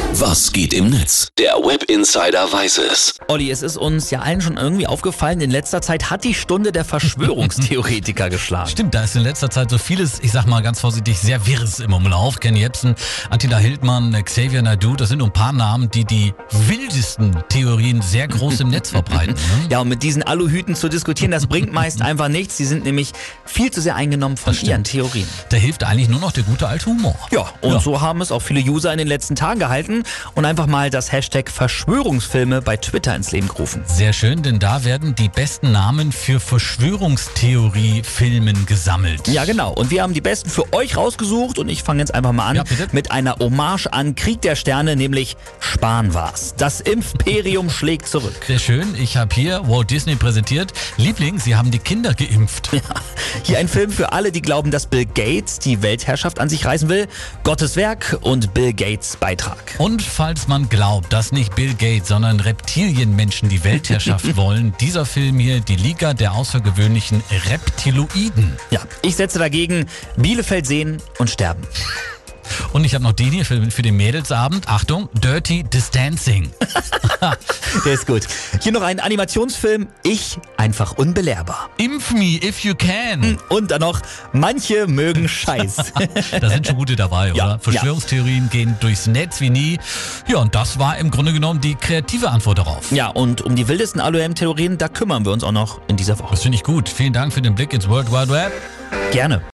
Was geht im Netz? Der Web Insider weiß es. Olli, es ist uns ja allen schon irgendwie aufgefallen, in letzter Zeit hat die Stunde der Verschwörungstheoretiker geschlagen. Stimmt, da ist in letzter Zeit so vieles, ich sag mal ganz vorsichtig, sehr Wirres im Umlauf. Kenny Jebsen, Attila Hildmann, Xavier Naidoo, das sind nur ein paar Namen, die die wildesten Theorien sehr groß im Netz verbreiten. Ne? Ja, und mit diesen Aluhüten zu diskutieren, das bringt meist einfach nichts. Sie sind nämlich viel zu sehr eingenommen von ihren Theorien. Da hilft eigentlich nur noch der gute alte Humor. Ja, und so haben es auch viele User in den letzten Tagen gehalten und einfach mal das Hashtag Verschwörungsfilme bei Twitter ins Leben gerufen. Sehr schön, denn da werden die besten Namen für Verschwörungstheorie-Filmen gesammelt. Ja, genau. Und wir haben die besten für euch rausgesucht und ich fange jetzt einfach mal an mit einer Hommage an Krieg der Sterne, nämlich Spahn war's. Das Imperium schlägt zurück. Sehr schön, ich habe hier Walt Disney präsentiert. Liebling, Sie haben die Kinder geimpft. Ja, hier ein Film für alle, die glauben, dass Bill Gates die Weltherrschaft an sich reißen will. Gottes Werk und Bill Gates Beitrag. Und falls man glaubt, dass nicht Bill Gates, sondern Reptilienmenschen die Weltherrschaft wollen, dieser Film hier, die Liga der außergewöhnlichen Reptiloiden. Ja, ich setze dagegen Bielefeld sehen und sterben. Und ich habe noch den hier für den Mädelsabend. Achtung, Dirty Distancing. Der ist gut. Hier noch ein Animationsfilm, Ich einfach unbelehrbar. Impf me if you can. Und dann noch, manche mögen Scheiß. Da sind schon gute dabei, Ja, oder? Verschwörungstheorien gehen durchs Netz wie nie. Ja, und das war im Grunde genommen die kreative Antwort darauf. Ja, und um die wildesten Alu-M-Theorien, da kümmern wir uns auch noch in dieser Woche. Das finde ich gut. Vielen Dank für den Blick ins World Wide Web. Gerne.